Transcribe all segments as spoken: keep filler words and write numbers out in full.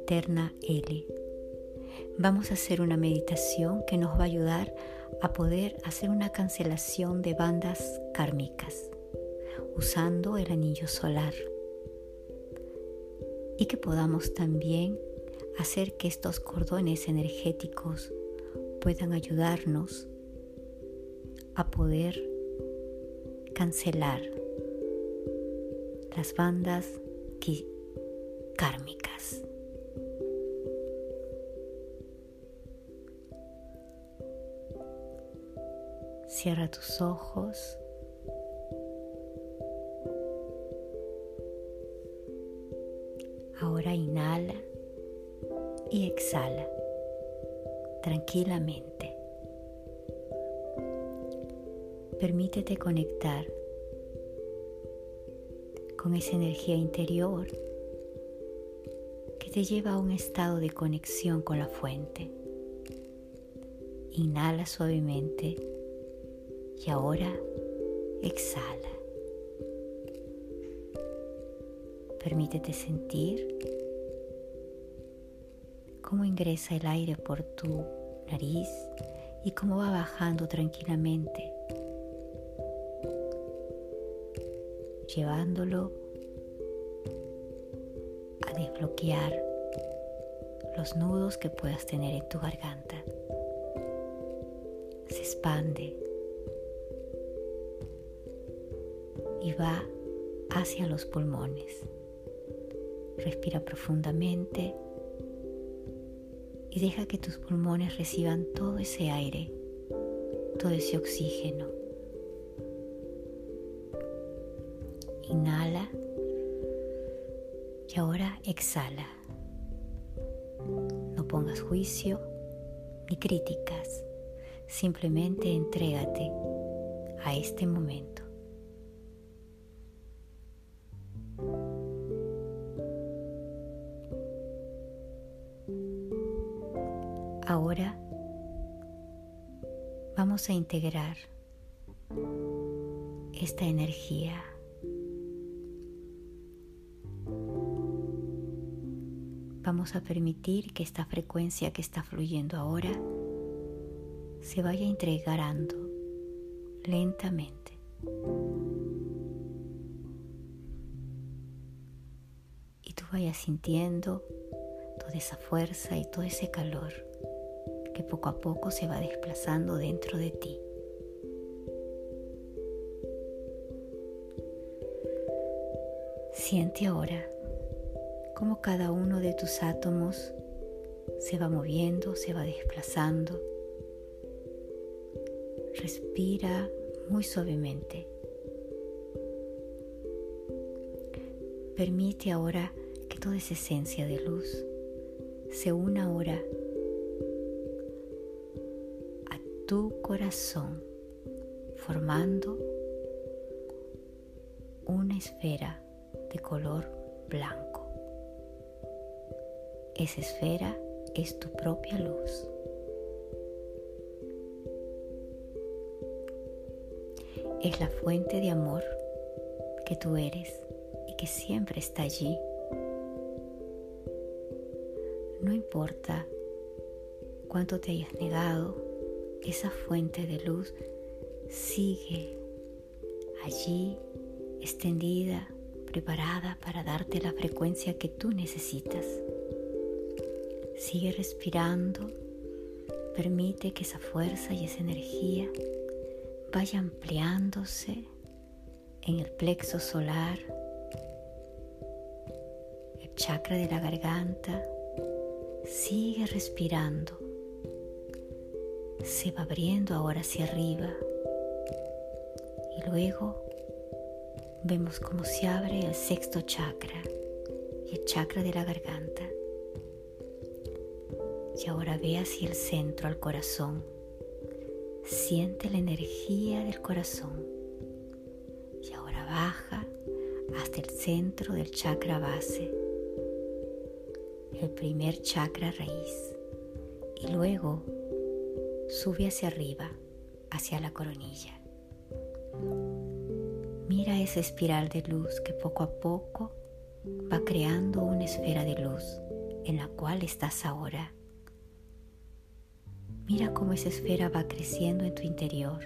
Eterna L. Vamos a hacer una meditación que nos va a ayudar a poder hacer una cancelación de bandas kármicas usando el anillo solar, y que podamos también hacer que estos cordones energéticos puedan ayudarnos a poder cancelar las bandas kármicas. Cierra tus ojos. Ahora inhala y exhala tranquilamente. Permítete conectar con esa energía interior que te lleva a un estado de conexión con la fuente. Inhala suavemente y ahora exhala. Permítete sentir cómo ingresa el aire por tu nariz y cómo va bajando tranquilamente, llevándolo a desbloquear los nudos que puedas tener en tu garganta. Se expande y va hacia los pulmones. Respira profundamente y deja que tus pulmones reciban todo ese aire, todo ese oxígeno. Inhala y ahora exhala. No pongas juicio ni críticas, simplemente entrégate a este momento. Ahora vamos a integrar esta energía. Vamos a permitir que esta frecuencia que está fluyendo ahora se vaya integrando lentamente. Y tú vayas sintiendo toda esa fuerza y todo ese calor que poco a poco se va desplazando dentro de ti. Siente ahora cómo cada uno de tus átomos se va moviendo, se va desplazando. Respira muy suavemente. Permite ahora que toda esa esencia de luz se una ahora a tu corazón, formando una esfera de color blanco. Esa esfera es tu propia luz. Es la fuente de amor que tú eres y que siempre está allí. No importa cuánto te hayas negado, esa fuente de luz sigue allí, extendida, preparada para darte la frecuencia que tú necesitas. Sigue respirando, permite que esa fuerza y esa energía vaya ampliándose en el plexo solar, el chakra de la garganta. Sigue respirando, se va abriendo ahora hacia arriba y luego vemos cómo se abre el sexto chakra y el chakra de la garganta. Y ahora ve hacia el centro, al corazón. Siente la energía del corazón. Y ahora baja hasta el centro del chakra base, el primer chakra raíz. Y luego sube hacia arriba, hacia la coronilla. Mira esa espiral de luz que poco a poco va creando una esfera de luz en la cual estás ahora. Mira cómo esa esfera va creciendo en tu interior.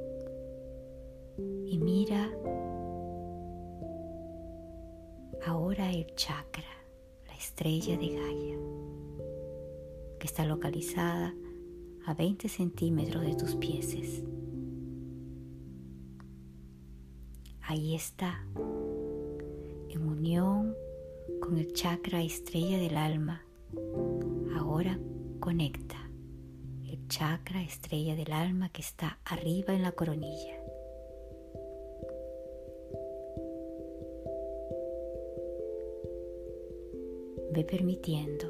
Y mira ahora el chakra, la estrella de Gaia, que está localizada a veinte centímetros de tus pies. Ahí está, en unión con el chakra estrella del alma. Ahora conecta el chakra estrella del alma que está arriba en la coronilla. Ve permitiendo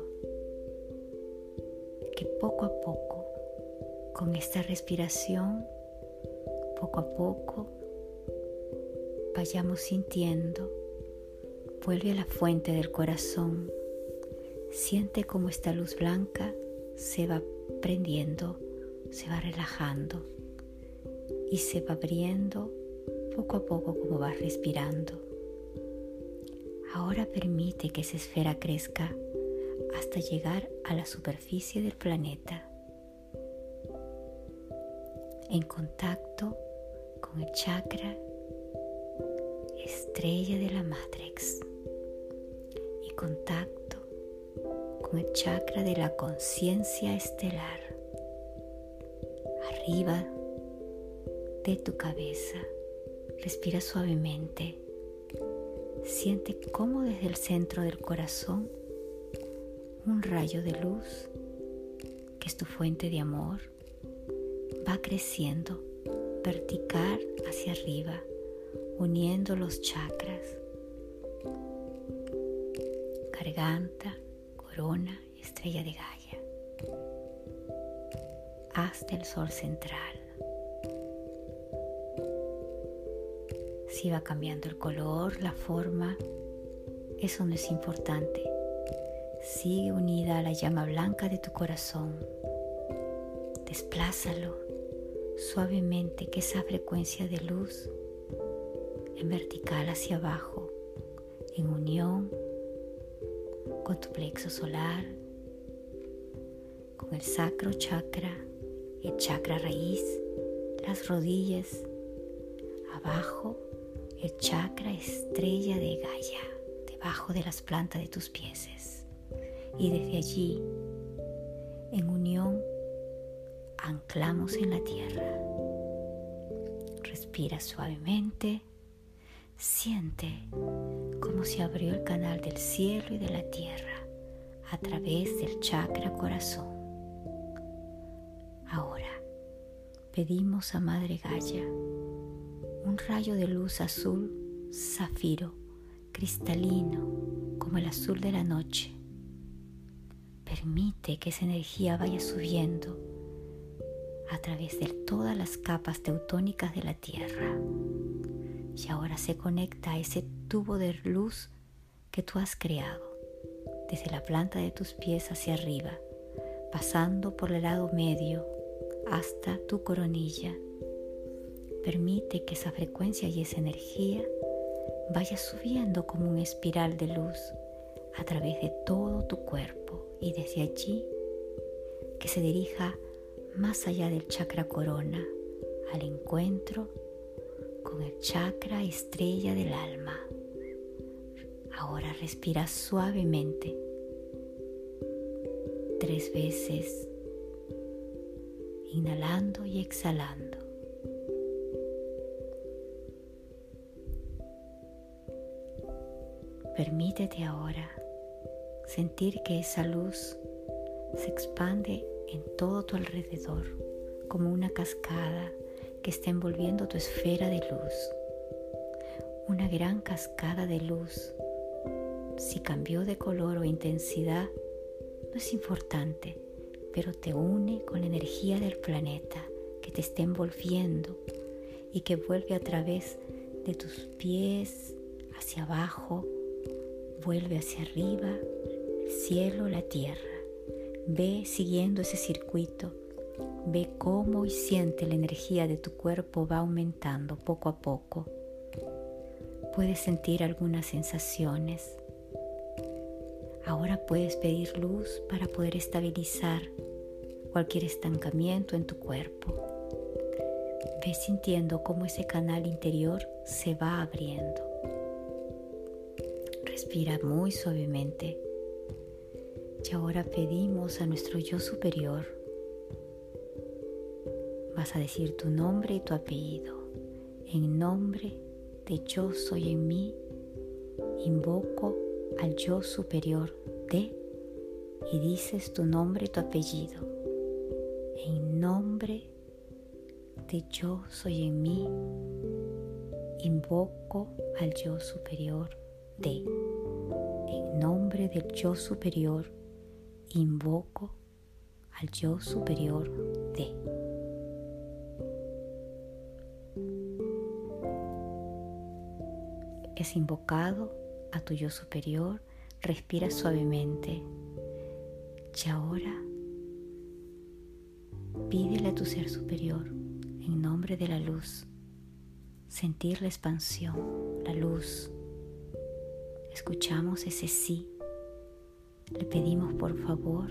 que poco a poco, con esta respiración, poco a poco, vayamos sintiendo. Vuelve a la fuente del corazón. Siente cómo esta luz blanca se va prendiendo, se va relajando y se va abriendo poco a poco como vas respirando. Ahora permite que esa esfera crezca hasta llegar a la superficie del planeta, en contacto con el chakra estrella de la Matrix y contacto con el chakra de la conciencia estelar. Arriba de tu cabeza, respira suavemente. Siente cómo desde el centro del corazón un rayo de luz, que es tu fuente de amor, va creciendo vertical hacia arriba, uniendo los chakras, garganta, corona, estrella de Gaia, hasta el sol central. Si va cambiando el color, la forma, eso no es importante. Sigue unida a la llama blanca de tu corazón. Desplázalo suavemente, que esa frecuencia de luz en vertical hacia abajo, en unión con tu plexo solar, con el sacro chakra, el chakra raíz, las rodillas, abajo el chakra estrella de Gaia, debajo de las plantas de tus pies. Y desde allí, en unión, anclamos en la tierra. Respira suavemente. Siente cómo se abrió el canal del cielo y de la tierra a través del chakra corazón. Ahora pedimos a Madre Gaia un rayo de luz azul zafiro, cristalino, como el azul de la noche. Permite que esa energía vaya subiendo a través de todas las capas teutónicas de la tierra. Y ahora se conecta a ese tubo de luz que tú has creado, desde la planta de tus pies hacia arriba, pasando por el lado medio hasta tu coronilla. Permite que esa frecuencia y esa energía vaya subiendo como una espiral de luz a través de todo tu cuerpo, y desde allí que se dirija más allá del chakra corona al encuentro con el chakra estrella del alma. Ahora respira suavemente tres veces, inhalando y exhalando. Permítete ahora sentir que esa luz se expande en todo tu alrededor, como una cascada que está envolviendo tu esfera de luz. Una gran cascada de luz. Si cambió de color o intensidad, no es importante, pero te une con la energía del planeta que te está envolviendo y que vuelve a través de tus pies hacia abajo, vuelve hacia arriba, el cielo, la tierra. Ve siguiendo ese circuito. Ve cómo y siente la energía de tu cuerpo va aumentando poco a poco. Puedes sentir algunas sensaciones. Ahora puedes pedir luz para poder estabilizar cualquier estancamiento en tu cuerpo. Ve sintiendo cómo ese canal interior se va abriendo. Respira muy suavemente. Y ahora pedimos a nuestro yo superior. Vas a decir tu nombre y tu apellido. En nombre de yo soy en mí, invoco al yo superior de, y dices tu nombre y tu apellido. En nombre de yo soy en mí, invoco al yo superior de. En nombre del yo superior, invoco al yo superior de. Es invocado a tu yo superior, respira suavemente. Y ahora pídele a tu ser superior, en nombre de la luz, sentir la expansión, la luz. Escuchamos ese sí. Le pedimos por favor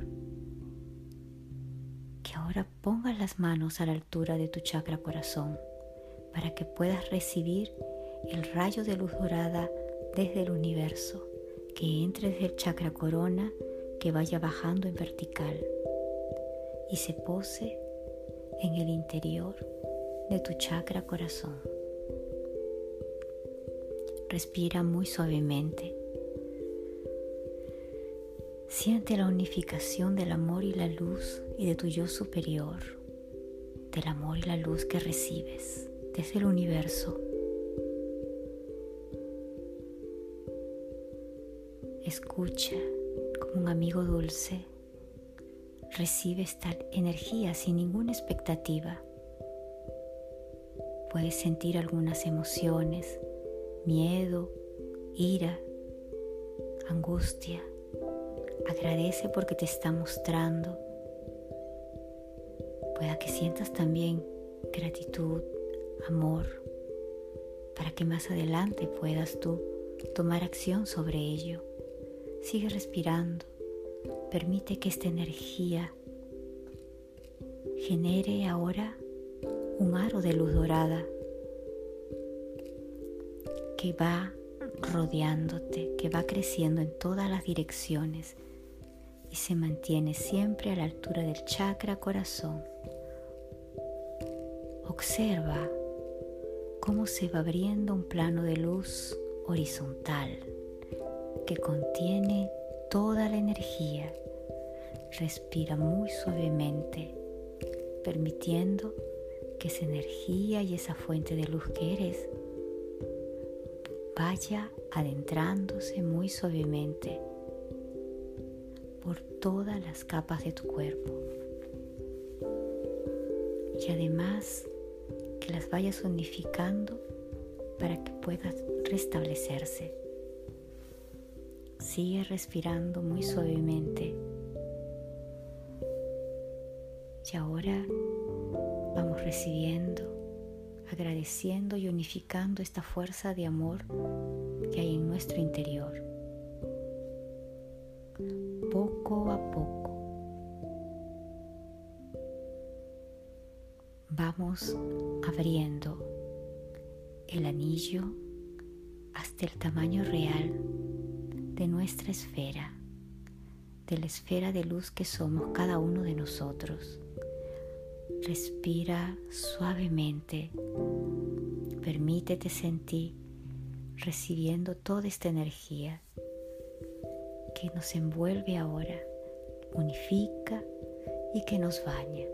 que ahora pongas las manos a la altura de tu chakra corazón para que puedas recibir el rayo de luz dorada desde el universo, que entre desde el chakra corona, que vaya bajando en vertical y se pose en el interior de tu chakra corazón. Respira muy suavemente. Siente la unificación del amor y la luz y de tu yo superior, del amor y la luz que recibes desde el universo. Escucha como un amigo dulce. Recibe esta energía sin ninguna expectativa. Puedes sentir algunas emociones, miedo, ira, angustia. Agradece porque te está mostrando. Pueda que sientas también gratitud, amor, para que más adelante puedas tú tomar acción sobre ello. Sigue respirando. Permite que esta energía genere ahora un aro de luz dorada que va rodeándote, que va creciendo en todas las direcciones y se mantiene siempre a la altura del chakra corazón. Observa cómo se va abriendo un plano de luz horizontal que contiene toda la energía. Respira muy suavemente, permitiendo que esa energía y esa fuente de luz que eres vaya adentrándose muy suavemente por todas las capas de tu cuerpo. Y además que las vayas unificando para que puedas restablecerse. Sigue respirando muy suavemente. Y ahora vamos recibiendo, agradeciendo y unificando esta fuerza de amor que hay en nuestro interior. Poco a poco vamos abriendo el anillo hasta el tamaño real de nuestra esfera, de la esfera de luz que somos cada uno de nosotros. Respira suavemente, permítete sentir recibiendo toda esta energía que nos envuelve ahora, unifica y que nos baña.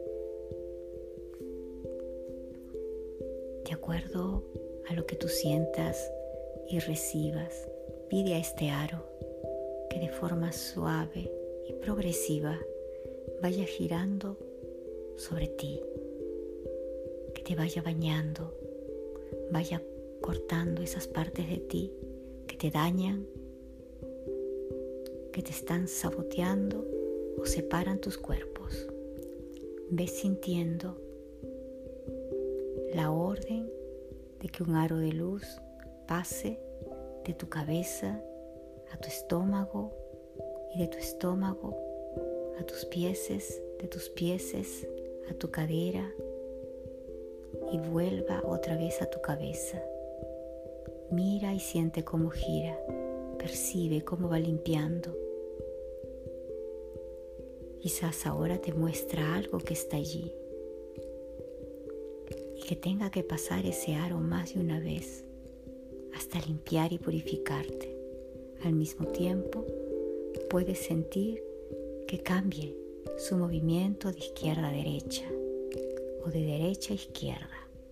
De acuerdo a lo que tú sientas y recibas, pide a este aro que de forma suave y progresiva vaya girando sobre ti, que te vaya bañando, vaya cortando esas partes de ti que te dañan, que te están saboteando o separan tus cuerpos. Ves sintiendo la orden de que un aro de luz pase de tu cabeza a tu estómago, y de tu estómago a tus pies, de tus pies a tu cadera y vuelva otra vez a tu cabeza. Mira y siente cómo gira, percibe cómo va limpiando. Quizás ahora te muestra algo que está allí y que tenga que pasar ese aro más de una vez hasta limpiar y purificarte. Al mismo tiempo, puedes sentir que cambie su movimiento de izquierda a derecha o de derecha a izquierda.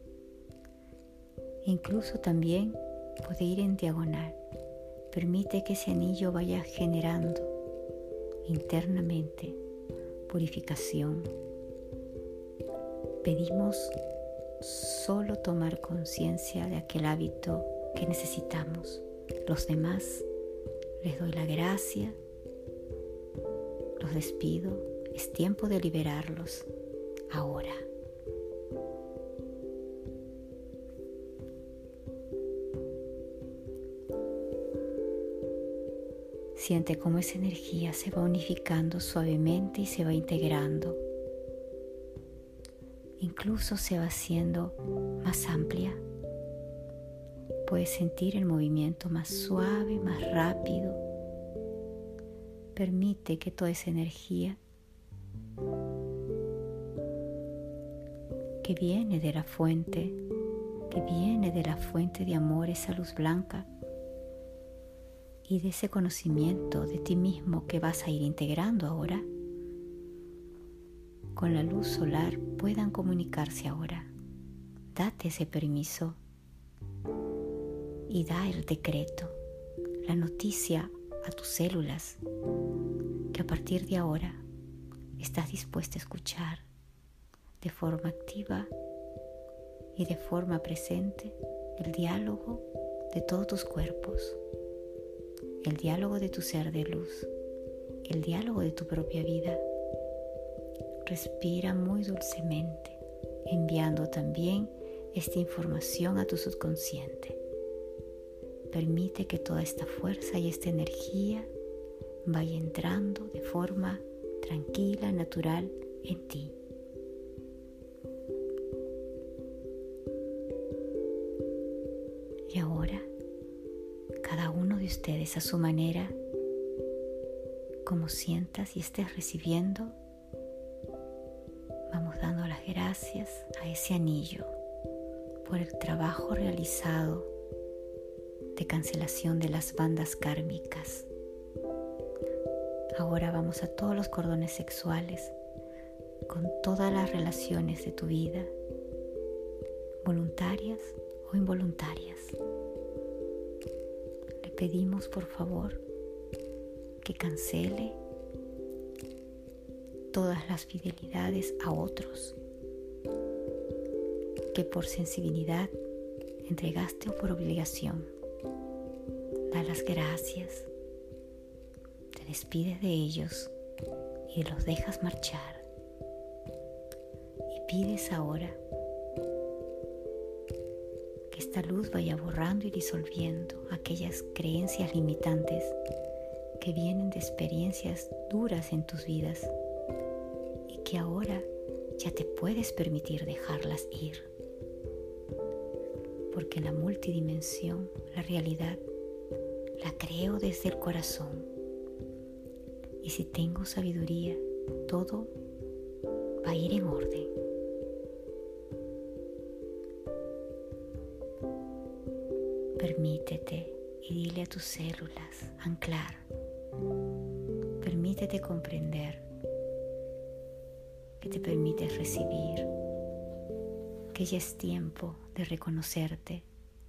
Incluso también puede ir en diagonal. Permite que ese anillo vaya generando internamente purificación. Pedimos solo tomar conciencia de aquel hábito que necesitamos. Los demás les doy la gracia, los despido, es tiempo de liberarlos ahora. Siente cómo esa energía se va unificando suavemente y se va integrando. Incluso se va haciendo más amplia. Puedes sentir el movimiento más suave, más rápido. Permite que toda esa energía que viene de la fuente, que viene de la fuente de amor, esa luz blanca, y de ese conocimiento de ti mismo que vas a ir integrando ahora, con la luz solar puedan comunicarse ahora. Date ese permiso y da el decreto, la noticia a tus células que a partir de ahora estás dispuesta a escuchar de forma activa y de forma presente el diálogo de todos tus cuerpos, el diálogo de tu ser de luz, el diálogo de tu propia vida. Respira muy dulcemente, enviando también esta información a tu subconsciente. Permite que toda esta fuerza y esta energía vaya entrando de forma tranquila, natural en ti. Y ahora, cada uno de ustedes a su manera, como sientas y estés recibiendo, vamos dando las gracias a ese anillo por el trabajo realizado de cancelación de las bandas kármicas. Ahora vamos a todos los cordones sexuales, con todas las relaciones de tu vida, voluntarias o involuntarias. Le pedimos por favor que cancele todas las fidelidades a otros que por sensibilidad entregaste o por obligación. Da las gracias, te despides de ellos y los dejas marchar. Y pides ahora que esta luz vaya borrando y disolviendo aquellas creencias limitantes que vienen de experiencias duras en tus vidas y que ahora ya te puedes permitir dejarlas ir. Porque la multidimensión, la realidad, la creo desde el corazón. Y si tengo sabiduría, todo va a ir en orden. Permítete y dile a tus células anclar. Permítete comprender que te permites recibir, que ya es tiempo de reconocerte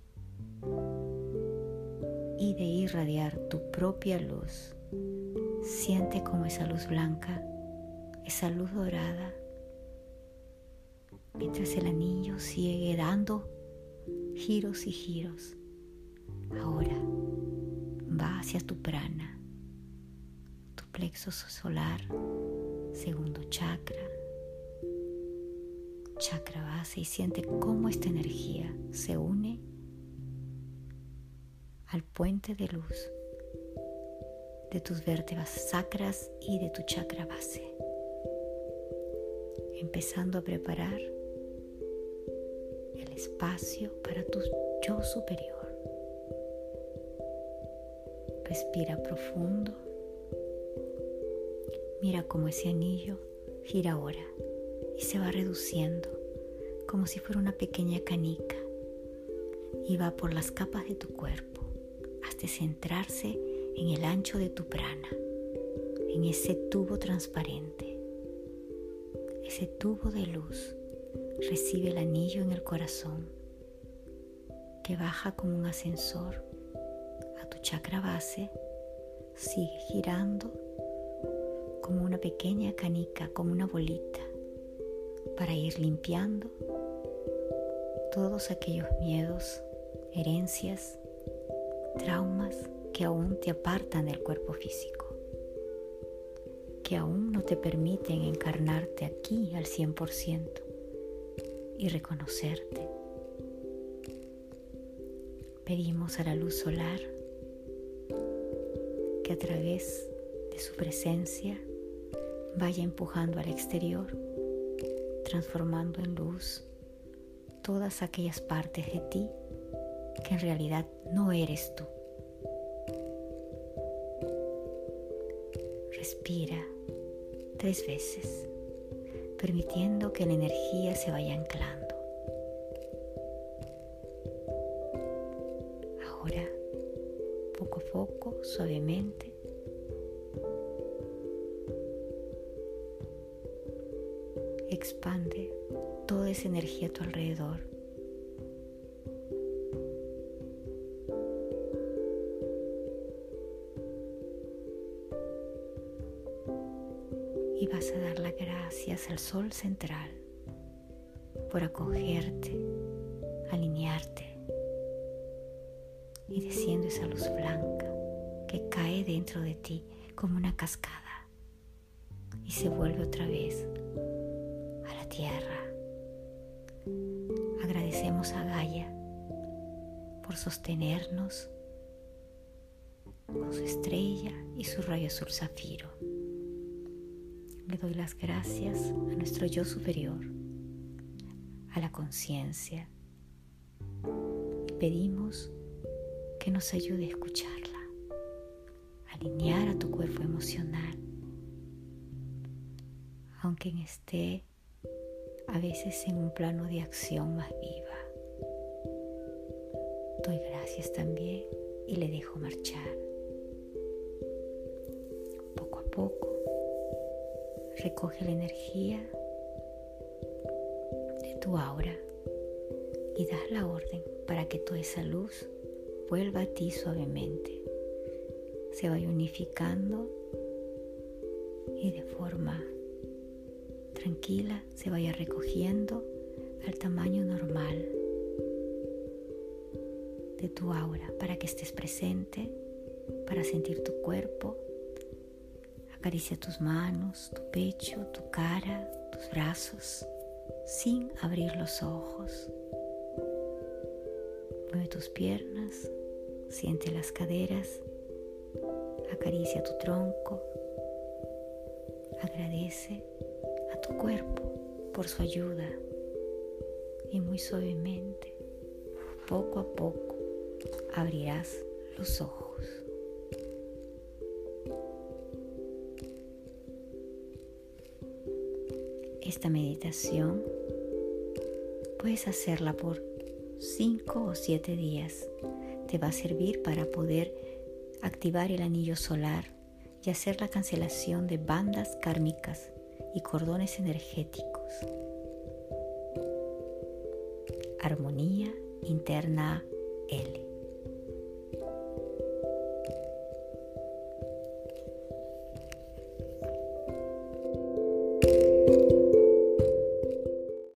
y de irradiar tu propia luz. Siente como esa luz blanca, esa luz dorada, mientras el anillo sigue dando giros y giros, ahora va hacia tu prana, tu plexo solar, segundo chakra, chakra base, y siente cómo esta energía se une al puente de luz de tus vértebras sacras y de tu chakra base, empezando a preparar el espacio para tu yo superior. Respira profundo. Mira cómo ese anillo gira ahora y se va reduciendo como si fuera una pequeña canica y va por las capas de tu cuerpo hasta centrarse en el ancho de tu prana, en ese tubo transparente. Ese tubo de luz recibe el anillo en el corazón que baja como un ascensor a tu chakra base, sigue girando como una pequeña canica, como una bolita, para ir limpiando todos aquellos miedos, herencias, traumas que aún te apartan del cuerpo físico, que aún no te permiten encarnarte aquí al cien por ciento y reconocerte. Pedimos a la luz solar que a través de su presencia vaya empujando al exterior, transformando en luz todas aquellas partes de ti que en realidad no eres tú. Respira tres veces, permitiendo que la energía se vaya anclando. Ahora, poco a poco, suavemente, expande toda esa energía a tu alrededor. Y vas a dar las gracias al sol central por acogerte, alinearte, y desciende esa luz blanca que cae dentro de ti como una cascada y se vuelve otra vez a la tierra. Agradecemos a Gaia por sostenernos con su estrella y su rayo azul zafiro. Le doy las gracias a nuestro yo superior, a la conciencia, y pedimos que nos ayude a escucharla, a alinear a tu cuerpo emocional, aunque esté a veces en un plano de acción más viva. Doy gracias también y le dejo marchar. Poco a poco recoge la energía de tu aura y das la orden para que toda esa luz vuelva a ti suavemente, se vaya unificando y de forma tranquila se vaya recogiendo al tamaño normal de tu aura, para que estés presente, para sentir tu cuerpo. Acaricia tus manos, tu pecho, tu cara, tus brazos, sin abrir los ojos. Mueve tus piernas, siente las caderas, acaricia tu tronco, agradece a tu cuerpo por su ayuda y muy suavemente, poco a poco, abrirás los ojos. Esta meditación puedes hacerla por cinco o siete días. Te va a servir para poder activar el anillo solar y hacer la cancelación de bandas kármicas y cordones energéticos. Armonía Interna L.